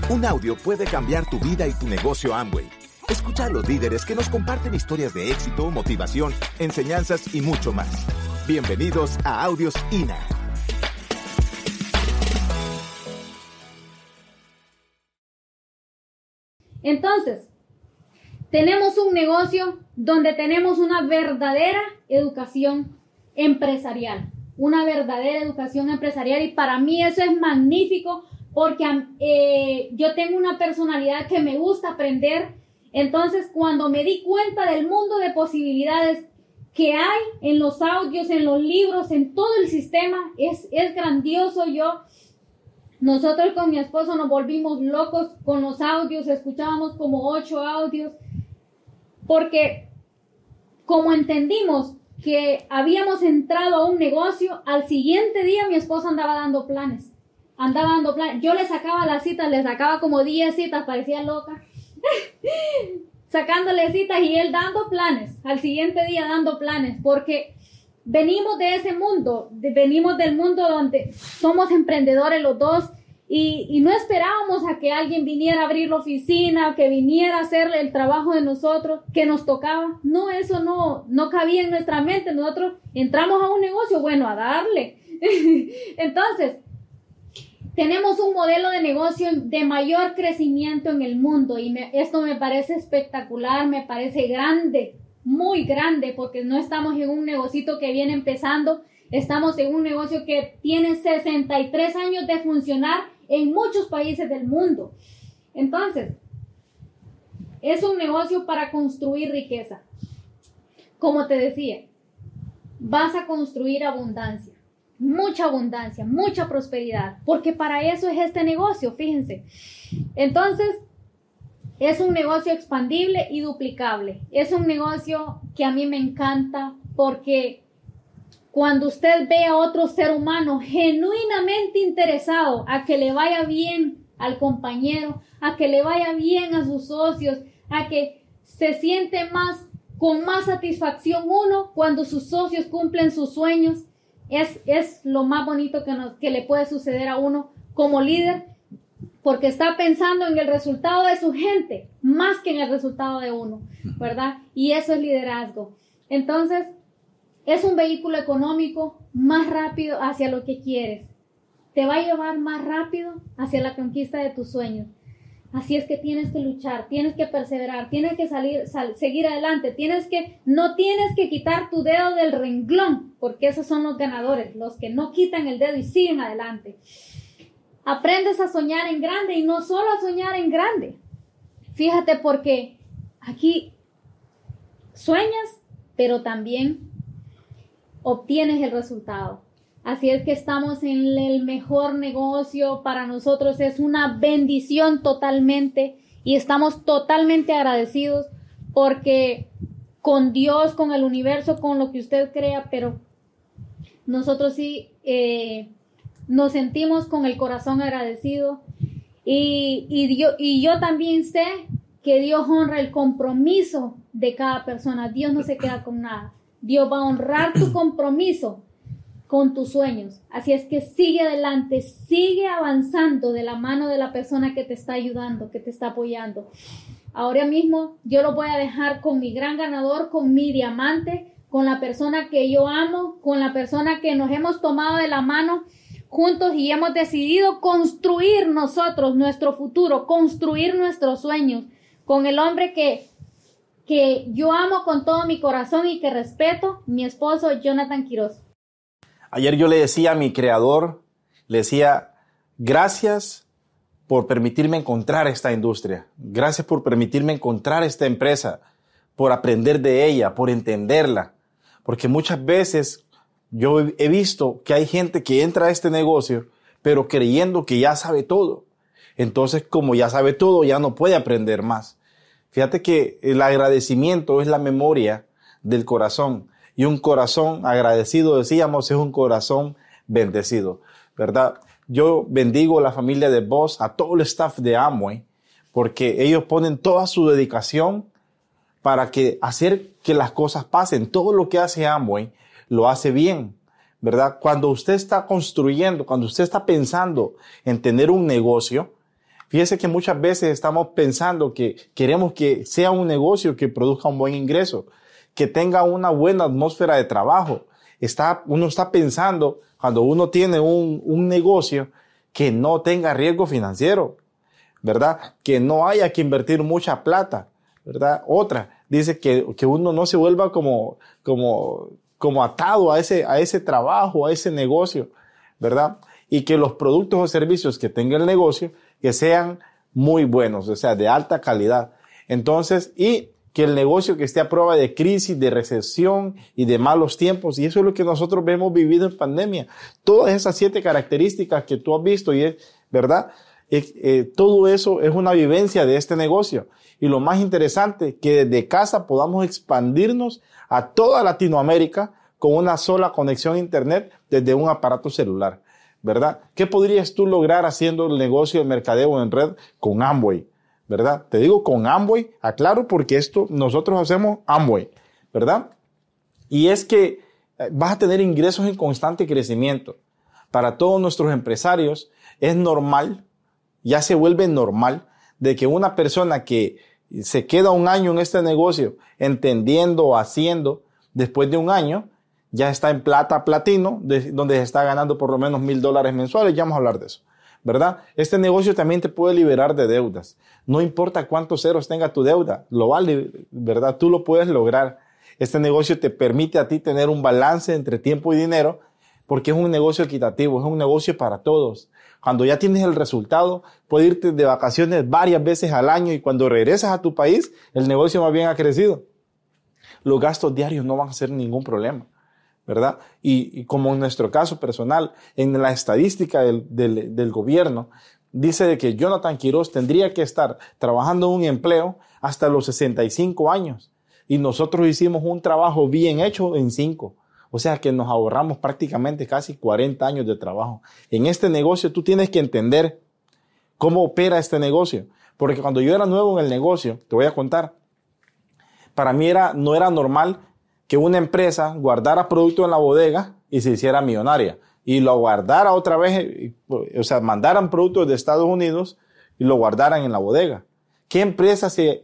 Un audio puede cambiar tu vida y tu negocio Amway. Escucha a los líderes que nos comparten historias de éxito, motivación, enseñanzas y mucho más. Bienvenidos a Audios INA. Entonces, tenemos un negocio donde tenemos una verdadera educación empresarial. Una verdadera educación empresarial, y para mí eso es magnífico porque yo tengo una personalidad que me gusta aprender. Entonces, cuando me di cuenta del mundo de posibilidades que hay en los audios, en los libros, en todo el sistema, es grandioso. Nosotros con mi esposo nos volvimos locos con los audios, escuchábamos como 8 audios, porque como entendimos que habíamos entrado a un negocio, al siguiente día mi esposo andaba dando planes. Yo le sacaba las citas, le sacaba como 10 citas, parecía loca, sacándole citas y él dando planes, al siguiente día dando planes, porque venimos de ese mundo, venimos del mundo donde somos emprendedores los dos y no esperábamos a que alguien viniera a abrir la oficina, que viniera a hacer el trabajo de nosotros, que nos tocaba. No, eso no cabía en nuestra mente. Nosotros entramos a un negocio, bueno, a darle. Entonces, tenemos un modelo de negocio de mayor crecimiento en el mundo y esto me parece espectacular, me parece grande, muy grande, porque no estamos en un negocito que viene empezando, estamos en un negocio que tiene 63 años de funcionar en muchos países del mundo. Entonces, es un negocio para construir riqueza. Como te decía, vas a construir abundancia, mucha prosperidad, porque para eso es este negocio, fíjense. Entonces, es un negocio expandible y duplicable. Es un negocio que a mí me encanta porque cuando usted ve a otro ser humano genuinamente interesado a que le vaya bien al compañero, a que le vaya bien a sus socios, a que se siente con más satisfacción uno cuando sus socios cumplen sus sueños, es lo más bonito que le puede suceder a uno como líder, porque está pensando en el resultado de su gente más que en el resultado de uno, ¿verdad? Y eso es liderazgo. Entonces, es un vehículo económico más rápido hacia lo que quieres. Te va a llevar más rápido hacia la conquista de tus sueños. Así es que tienes que luchar, tienes que perseverar, tienes que seguir adelante, no tienes que quitar tu dedo del renglón, porque esos son los ganadores, los que no quitan el dedo y siguen adelante. Aprendes a soñar en grande y no solo a soñar en grande. Fíjate, porque aquí sueñas, pero también obtienes el resultado. Así es que estamos en el mejor negocio. Para nosotros es una bendición totalmente y estamos totalmente agradecidos porque con Dios, con el universo, con lo que usted crea, pero nosotros sí nos sentimos con el corazón agradecido y yo también sé que Dios honra el compromiso de cada persona. Dios no se queda con nada. Dios va a honrar tu compromiso con tus sueños. Así es que sigue adelante, sigue avanzando de la mano de la persona que te está ayudando, que te está apoyando. Ahora mismo yo lo voy a dejar con mi gran ganador, con mi diamante, con la persona que yo amo, con la persona que nos hemos tomado de la mano juntos y hemos decidido construir nosotros nuestro futuro, construir nuestros sueños, con el hombre que yo amo con todo mi corazón y que respeto, mi esposo Jonathan Quiroz. Ayer yo le decía a mi creador, le decía, gracias por permitirme encontrar esta industria, gracias por permitirme encontrar esta empresa, por aprender de ella, por entenderla, porque muchas veces yo he visto que hay gente que entra a este negocio, pero creyendo que ya sabe todo. Entonces, como ya sabe todo, ya no puede aprender más. Fíjate que el agradecimiento es la memoria del corazón. Y un corazón agradecido, decíamos, es un corazón bendecido, ¿verdad? Yo bendigo a la familia de Boss, a todo el staff de Amway, porque ellos ponen toda su dedicación para hacer que las cosas pasen. Todo lo que hace Amway lo hace bien, ¿verdad? Cuando usted está construyendo, cuando usted está pensando en tener un negocio, Fíjese que muchas veces estamos pensando que queremos que sea un negocio que produzca un buen ingreso, que tenga una buena atmósfera de trabajo. Uno está pensando, cuando uno tiene un negocio, que no tenga riesgo financiero, ¿verdad? Que no haya que invertir mucha plata, ¿verdad? Otra, dice que uno no se vuelva como atado a ese trabajo, a ese negocio, ¿verdad? Y que los productos o servicios que tenga el negocio, que sean muy buenos, o sea, de alta calidad. Entonces, y que el negocio que esté a prueba de crisis, de recesión y de malos tiempos. Y eso es lo que nosotros hemos vivido en pandemia. Todas esas 7 características que tú has visto, y es, ¿verdad? Todo eso es una vivencia de este negocio. Y lo más interesante, que desde casa podamos expandirnos a toda Latinoamérica con una sola conexión a internet desde un aparato celular, ¿verdad? ¿Qué podrías tú lograr haciendo el negocio de mercadeo en red con Amway? ¿Verdad? Te digo con Amway, aclaro, porque esto nosotros hacemos Amway, ¿verdad? Y es que vas a tener ingresos en constante crecimiento. Para todos nuestros empresarios es normal, ya se vuelve normal, de que una persona que se queda un año en este negocio, entendiendo, haciendo, después de un año, ya está en plata, platino, donde se está ganando por lo menos $1,000 mensuales. Ya vamos a hablar de eso, ¿verdad? Este negocio también te puede liberar de deudas. No importa cuántos ceros tenga tu deuda, lo vale, ¿verdad? Tú lo puedes lograr. Este negocio te permite a ti tener un balance entre tiempo y dinero, porque es un negocio equitativo, es un negocio para todos. Cuando ya tienes el resultado, puedes irte de vacaciones varias veces al año, y cuando regresas a tu país, el negocio más bien ha crecido. Los gastos diarios no van a ser ningún problema, ¿verdad? Y como en nuestro caso personal, en la estadística del gobierno, dice de que Jonathan Quiroz tendría que estar trabajando en un empleo hasta los 65 años. Y nosotros hicimos un trabajo bien hecho en 5. O sea que nos ahorramos prácticamente casi 40 años de trabajo. En este negocio tú tienes que entender cómo opera este negocio. Porque cuando yo era nuevo en el negocio, te voy a contar, para mí no era normal que una empresa guardara productos en la bodega y se hiciera millonaria. Y lo guardara otra vez, o sea, mandaran productos de Estados Unidos y lo guardaran en la bodega. ¿Qué empresa se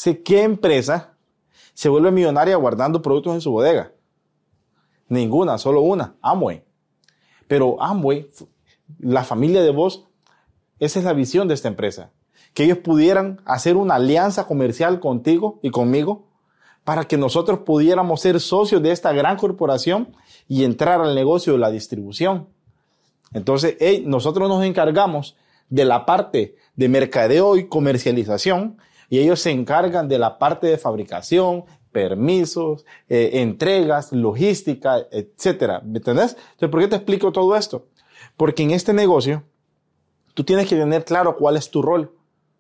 vuelve millonaria guardando productos en su bodega? Ninguna, solo una, Amway. Pero Amway, la familia de Voss, esa es la visión de esta empresa. Que ellos pudieran hacer una alianza comercial contigo y conmigo para que nosotros pudiéramos ser socios de esta gran corporación y entrar al negocio de la distribución. Entonces, nosotros nos encargamos de la parte de mercadeo y comercialización, y ellos se encargan de la parte de fabricación, permisos, entregas, logística, etcétera. ¿Me entendés? Entonces, ¿por qué te explico todo esto? Porque en este negocio, tú tienes que tener claro cuál es tu rol.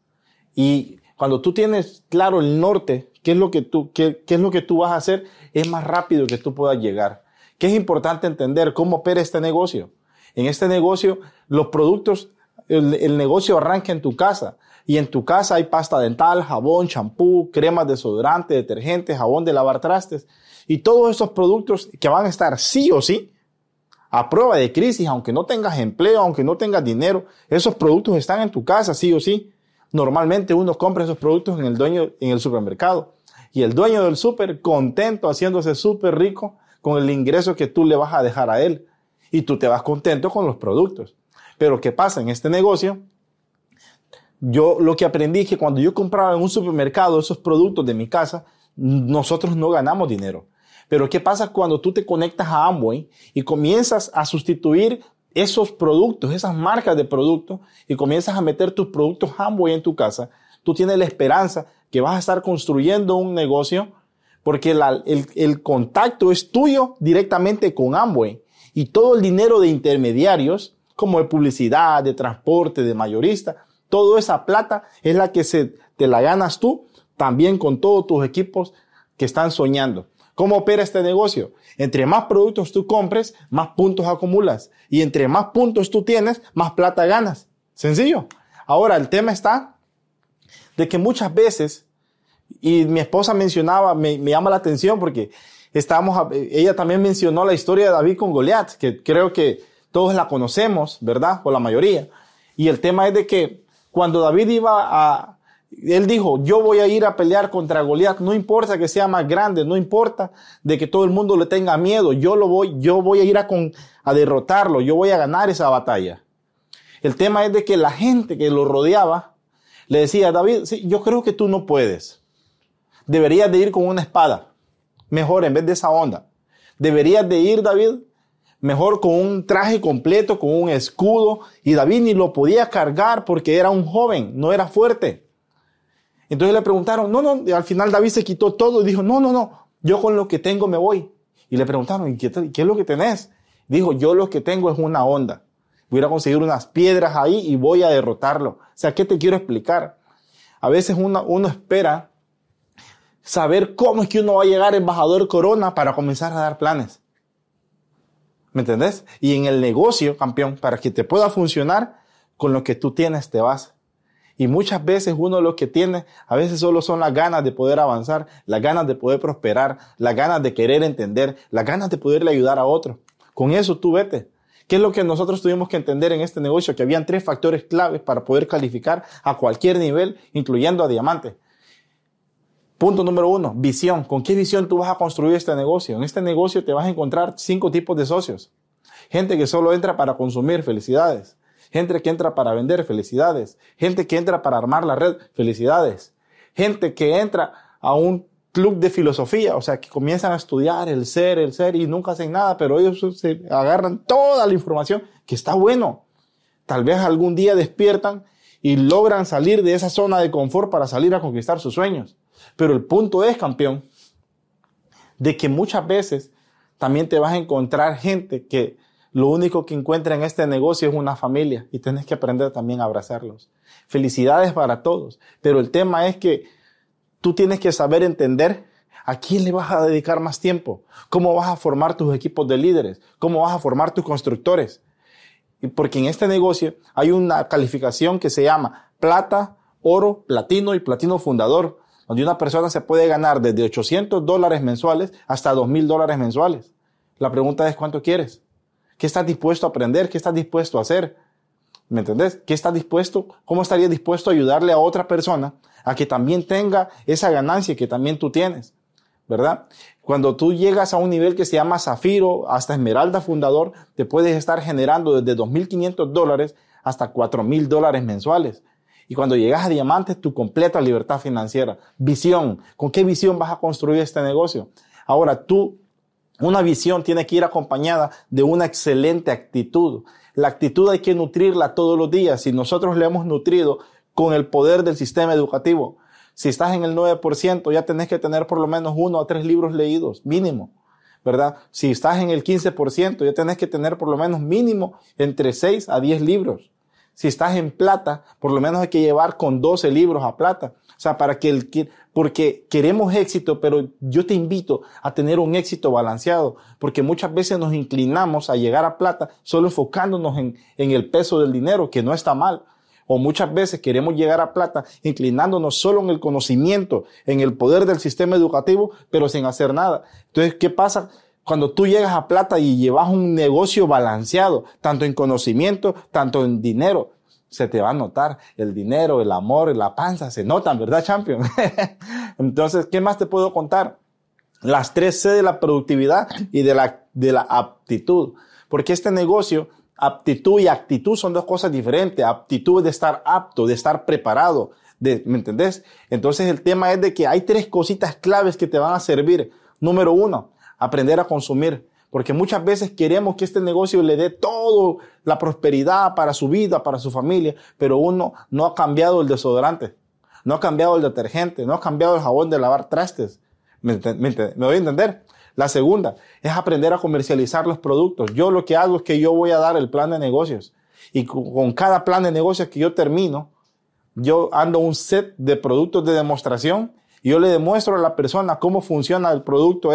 Y cuando tú tienes claro el norte, qué es lo que tú vas a hacer, es más rápido que tú puedas llegar. Que es importante entender cómo opera este negocio. En este negocio, los productos, el negocio arranca en tu casa. Y en tu casa hay pasta dental, jabón, champú, cremas, desodorante, detergente, jabón de lavar trastes. Y todos esos productos que van a estar sí o sí a prueba de crisis, aunque no tengas empleo, aunque no tengas dinero, esos productos están en tu casa sí o sí. Normalmente uno compra esos productos en el supermercado. Y el dueño del súper contento, haciéndose súper rico con el ingreso que tú le vas a dejar a él. Y tú te vas contento con los productos. Pero ¿qué pasa en este negocio? Yo lo que aprendí es que cuando yo compraba en un supermercado esos productos de mi casa, nosotros no ganamos dinero. Pero ¿qué pasa cuando tú te conectas a Amway y comienzas a sustituir esos productos, esas marcas de productos, y comienzas a meter tus productos Amway en tu casa? Tú tienes la esperanza que vas a estar construyendo un negocio, porque el contacto es tuyo directamente con Amway, y todo el dinero de intermediarios, como de publicidad, de transporte, de mayorista, toda esa plata es la que te la ganas tú, también con todos tus equipos que están soñando. ¿Cómo opera este negocio? Entre más productos tú compres, más puntos acumulas. Y entre más puntos tú tienes, más plata ganas. Sencillo. Ahora, el tema está de que muchas veces, y mi esposa mencionaba, me llama la atención porque ella también mencionó la historia de David con Goliat, que creo que todos la conocemos, ¿verdad? O la mayoría. Y el tema es de que Cuando David él dijo, yo voy a ir a pelear contra Goliat, no importa que sea más grande, no importa de que todo el mundo le tenga miedo, yo voy a ir a derrotarlo, yo voy a ganar esa batalla. El tema es de que la gente que lo rodeaba le decía, David, sí, yo creo que tú no puedes. Deberías de ir con una espada, mejor en vez de esa onda. Deberías de ir, David, mejor con un traje completo, con un escudo. Y David ni lo podía cargar porque era un joven, no era fuerte. Entonces le preguntaron, y al final David se quitó todo y dijo, no, yo con lo que tengo me voy. Y le preguntaron, ¿y qué es lo que tenés? Dijo, yo lo que tengo es una onda. Voy a conseguir unas piedras ahí y voy a derrotarlo. O sea, ¿qué te quiero explicar? A veces uno espera saber cómo es que uno va a llegar embajador corona para comenzar a dar planes. ¿Me entendés? Y en el negocio, campeón, para que te pueda funcionar, con lo que tú tienes te vas. Y muchas veces uno lo que tiene, a veces solo son las ganas de poder avanzar, las ganas de poder prosperar, las ganas de querer entender, las ganas de poderle ayudar a otro. Con eso tú vete. ¿Qué es lo que nosotros tuvimos que entender en este negocio? Que habían 3 factores claves para poder calificar a cualquier nivel, incluyendo a diamante. Punto número 1, visión. ¿Con qué visión tú vas a construir este negocio? En este negocio te vas a encontrar 5 tipos de socios. Gente que solo entra para consumir, felicidades. Gente que entra para vender, felicidades. Gente que entra para armar la red, felicidades. Gente que entra a un club de filosofía, o sea, que comienzan a estudiar el ser y nunca hacen nada, pero ellos se agarran toda la información, que está bueno. Tal vez algún día despiertan y logran salir de esa zona de confort para salir a conquistar sus sueños. Pero el punto es, campeón, de que muchas veces también te vas a encontrar gente que lo único que encuentra en este negocio es una familia y tienes que aprender también a abrazarlos. Felicidades para todos, pero el tema es que tú tienes que saber entender a quién le vas a dedicar más tiempo, cómo vas a formar tus equipos de líderes, cómo vas a formar tus constructores. Y porque en este negocio hay una calificación que se llama plata, oro, platino y platino fundador, donde una persona se puede ganar desde $800 mensuales hasta $2,000 mensuales. La pregunta es, ¿cuánto quieres? ¿Qué estás dispuesto a aprender? ¿Qué estás dispuesto a hacer? ¿Me entendés? ¿Cómo estarías dispuesto a ayudarle a otra persona a que también tenga esa ganancia que también tú tienes? ¿Verdad? Cuando tú llegas a un nivel que se llama Zafiro, hasta Esmeralda Fundador, te puedes estar generando desde $2,500 hasta $4,000 mensuales. Y cuando llegas a Diamantes, tu completa libertad financiera. Visión. ¿Con qué visión vas a construir este negocio? Ahora, una visión tiene que ir acompañada de una excelente actitud. La actitud hay que nutrirla todos los días. Si nosotros le hemos nutrido con el poder del sistema educativo, si estás en el 9%, ya tenés que tener por lo menos 1 a 3 libros leídos, mínimo, ¿verdad? Si estás en el 15%, ya tenés que tener por lo menos mínimo entre 6 a 10 libros. Si estás en plata, por lo menos hay que llevar con 12 libros a plata. O sea, porque queremos éxito, pero yo te invito a tener un éxito balanceado, porque muchas veces nos inclinamos a llegar a plata solo enfocándonos en el peso del dinero, que no está mal. O muchas veces queremos llegar a plata inclinándonos solo en el conocimiento, en el poder del sistema educativo, pero sin hacer nada. Entonces, ¿qué pasa? Cuando tú llegas a plata y llevas un negocio balanceado, tanto en conocimiento, tanto en dinero, se te va a notar el dinero, el amor, la panza, se notan, ¿verdad, champion? Entonces, ¿qué más te puedo contar? Las 3 C de la productividad y de la aptitud. Porque este negocio, aptitud y actitud son 2 cosas diferentes. Aptitud es de estar apto, de estar preparado, ¿me entendés? Entonces, el tema es de que hay 3 cositas claves que te van a servir. Número 1, aprender a consumir. Porque muchas veces queremos que este negocio le dé todo la prosperidad para su vida, para su familia, pero uno no ha cambiado el desodorante, no ha cambiado el detergente, no ha cambiado el jabón de lavar trastes. ¿Me voy a entender? La segunda es aprender a comercializar los productos. Yo lo que hago es que yo voy a dar el plan de negocios y con cada plan de negocios que yo termino, yo ando un set de productos de demostración y yo le demuestro a la persona cómo funciona el producto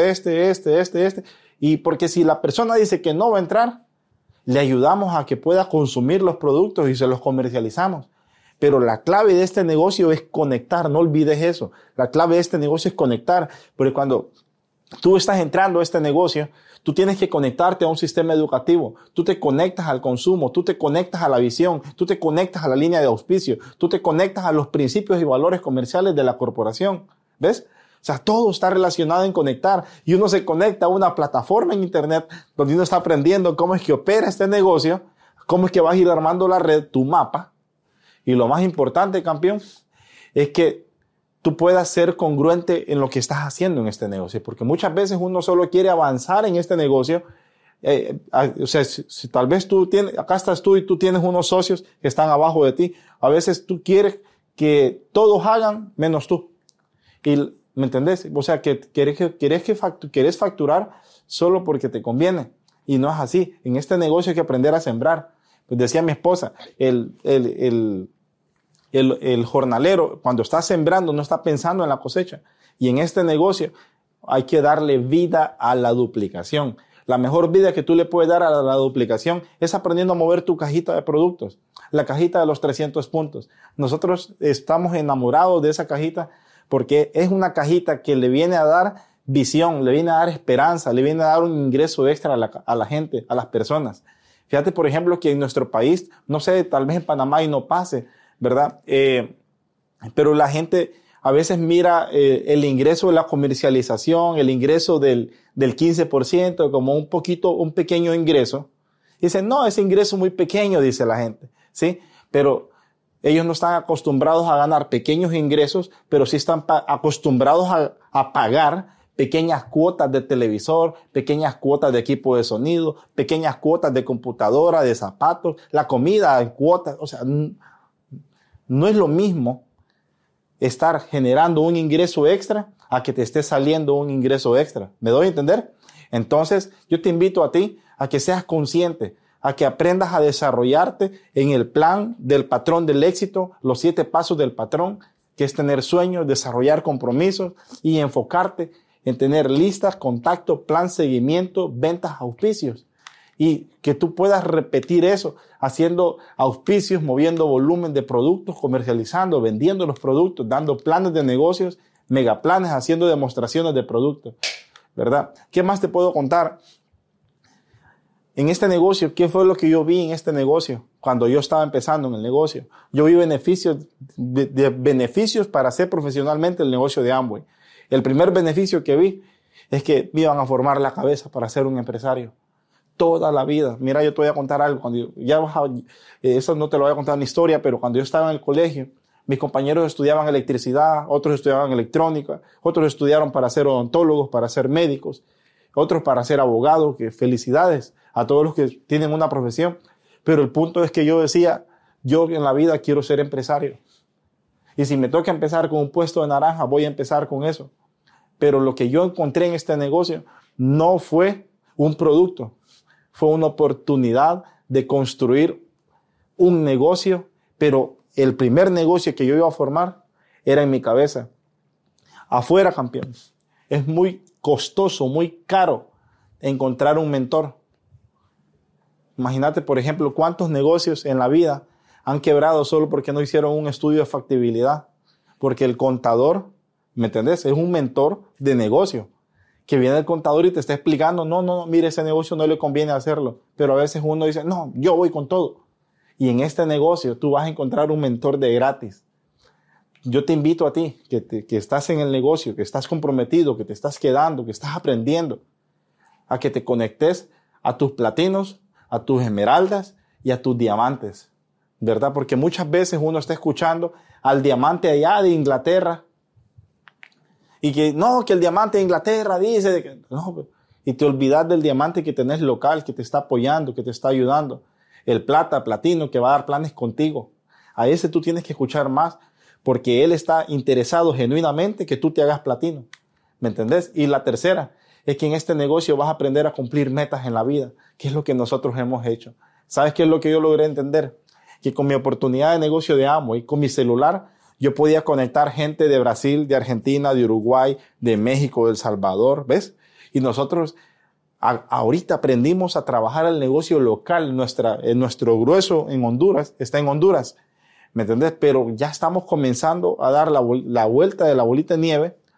y porque si la persona dice que no va a entrar, le ayudamos a que pueda consumir los productos y se los comercializamos. Pero la clave de este negocio es conectar, no olvides eso. La clave de este negocio es conectar, porque cuando tú estás entrando a este negocio, tú tienes que conectarte a un sistema educativo. Tú te conectas al consumo, tú te conectas a la visión, tú te conectas a la línea de auspicio, tú te conectas a los principios y valores comerciales de la corporación. ¿Ves? O sea, todo está relacionado en conectar. Y uno se conecta a una plataforma en internet donde uno está aprendiendo cómo es que opera este negocio, cómo es que vas a ir armando la red, tu mapa. Y lo más importante, campeón, es que tú puedas ser congruente en lo que estás haciendo en este negocio. Porque muchas veces uno solo quiere avanzar en este negocio. O sea, si tal vez acá estás tú y tú tienes unos socios que están abajo de ti. A veces tú quieres que todos hagan menos tú. Y, ¿me entendés? O sea, que querés facturar solo porque te conviene. Y no es así. En este negocio hay que aprender a sembrar. Pues decía mi esposa, el jornalero, cuando está sembrando, no está pensando en la cosecha. Y en este negocio hay que darle vida a la duplicación. La mejor vida que tú le puedes dar a la duplicación es aprendiendo a mover tu cajita de productos, la cajita de los 300 puntos. Nosotros estamos enamorados de esa cajita porque es una cajita que le viene a dar visión, le viene a dar esperanza, le viene a dar un ingreso extra a la gente, a las personas. Fíjate, por ejemplo, que en nuestro país, no sé, tal vez en Panamá y no pase, ¿verdad? Pero la gente a veces mira el ingreso de la comercialización, el ingreso del 15% como un pequeño ingreso. Dicen, no, ese ingreso es muy pequeño, dice la gente, ¿sí? Pero ellos no están acostumbrados a ganar pequeños ingresos, pero sí están acostumbrados a pagar pequeñas cuotas de televisor, pequeñas cuotas de equipo de sonido, pequeñas cuotas de computadora, de zapatos, la comida en cuotas. O sea, no es lo mismo estar generando un ingreso extra a que te esté saliendo un ingreso extra. ¿Me doy a entender? Entonces, yo te invito a ti a que seas consciente, a que aprendas a desarrollarte en el plan del patrón del éxito, los 7 pasos del patrón, que es tener sueños, desarrollar compromisos y enfocarte en tener listas, contacto, plan, seguimiento, ventas, auspicios. Y que tú puedas repetir eso, haciendo auspicios, moviendo volumen de productos, comercializando, vendiendo los productos, dando planes de negocios, megaplanes, haciendo demostraciones de productos, ¿verdad? ¿Qué más te puedo contar? En este negocio, ¿qué fue lo que yo vi en este negocio? Cuando yo estaba empezando en el negocio, yo vi beneficios para hacer profesionalmente el negocio de Amway. El primer beneficio que vi es que me iban a formar la cabeza para ser un empresario. Toda la vida. Mira, yo te voy a contar algo. Eso no te lo voy a contar en la historia, pero cuando yo estaba en el colegio, mis compañeros estudiaban electricidad, otros estudiaban electrónica, otros estudiaron para ser odontólogos, para ser médicos, otros para ser abogados. Que felicidades a todos los que tienen una profesión. Pero el punto es que yo decía, yo en la vida quiero ser empresario. Y si me toca empezar con un puesto de naranja, voy a empezar con eso. Pero lo que yo encontré en este negocio no fue un producto, fue una oportunidad de construir un negocio, pero el primer negocio que yo iba a formar era en mi cabeza. Afuera, campeón, es muy costoso, muy caro encontrar un mentor. Imagínate, por ejemplo, cuántos negocios en la vida han quebrado solo porque no hicieron un estudio de factibilidad. Porque el contador, ¿me entendés? Es un mentor de negocio. Que viene el contador y te está explicando, no, mire, ese negocio no le conviene hacerlo. Pero a veces uno dice, no, yo voy con todo. Y en este negocio tú vas a encontrar un mentor de gratis. Yo te invito a ti, que estás en el negocio, que estás comprometido, que te estás quedando, que estás aprendiendo, a que te conectes a tus platinos, a tus esmeraldas y a tus diamantes. ¿Verdad? Porque muchas veces uno está escuchando al diamante allá de Inglaterra y que no, que el diamante de Inglaterra dice que no, y te olvidas del diamante que tenés local, que te está apoyando, que te está ayudando, el platino que va a dar planes contigo. A ese tú tienes que escuchar más porque él está interesado genuinamente que tú te hagas platino. ¿Me entendés? Y la tercera es que en este negocio vas a aprender a cumplir metas en la vida, que es lo que nosotros hemos hecho. ¿Sabes qué es lo que yo logré entender? Que con mi oportunidad de negocio de Amway, con mi celular, yo podía conectar gente de Brasil, de Argentina, de Uruguay, de México, de El Salvador, ¿ves? Y nosotros ahorita aprendimos a trabajar el negocio local. Nuestro grueso en Honduras está en Honduras, ¿me entendés? Pero ya estamos comenzando a dar la vuelta de la bolita de nieve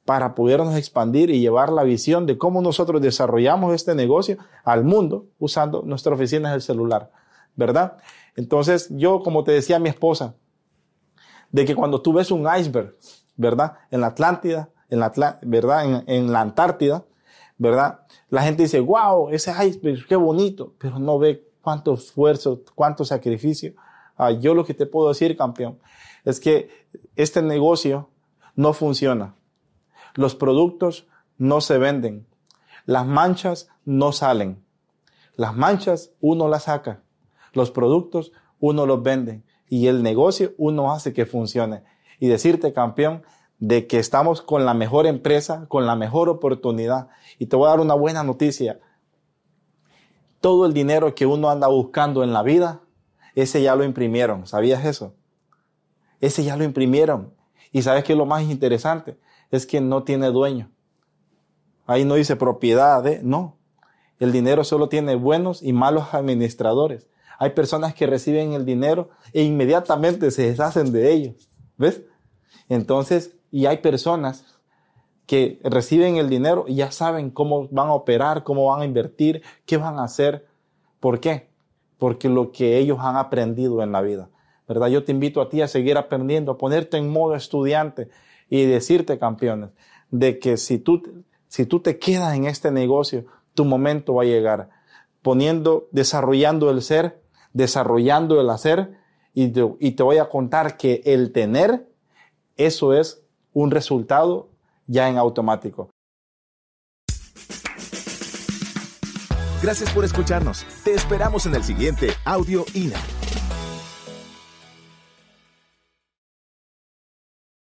para podernos expandir y llevar la visión de cómo nosotros desarrollamos este negocio al mundo usando nuestra oficina del celular, ¿verdad? Entonces, yo, como te decía a mi esposa, de que cuando tú ves un iceberg, ¿verdad? En la Atlántida, ¿verdad? En la Antártida, ¿verdad? La gente dice, wow, ese iceberg, qué bonito, pero no ve cuánto esfuerzo, cuánto sacrificio. Yo lo que te puedo decir, campeón, es que este negocio no funciona. Los productos no se venden. Las manchas no salen. Las manchas uno las saca. Los productos uno los vende. Y el negocio uno hace que funcione. Y decirte, campeón, de que estamos con la mejor empresa, con la mejor oportunidad. Y te voy a dar una buena noticia. Todo el dinero que uno anda buscando en la vida, ese ya lo imprimieron. ¿Sabías eso? Ese ya lo imprimieron. Y ¿sabes qué es lo más interesante? Es que no tiene dueño. Ahí no dice propiedad, no. El dinero solo tiene buenos y malos administradores. Hay personas que reciben el dinero e inmediatamente se deshacen de ellos. ¿Ves? Entonces, y hay personas que reciben el dinero y ya saben cómo van a operar, cómo van a invertir, qué van a hacer. ¿Por qué? Porque lo que ellos han aprendido en la vida, ¿verdad? Yo te invito a ti a seguir aprendiendo, a ponerte en modo estudiante y decirte, campeones, de que si tú te quedas en este negocio, tu momento va a llegar. Desarrollando el ser, desarrollando el hacer, y te voy a contar que el tener, eso es un resultado ya en automático. Gracias por escucharnos. Te esperamos en el siguiente Audio INA.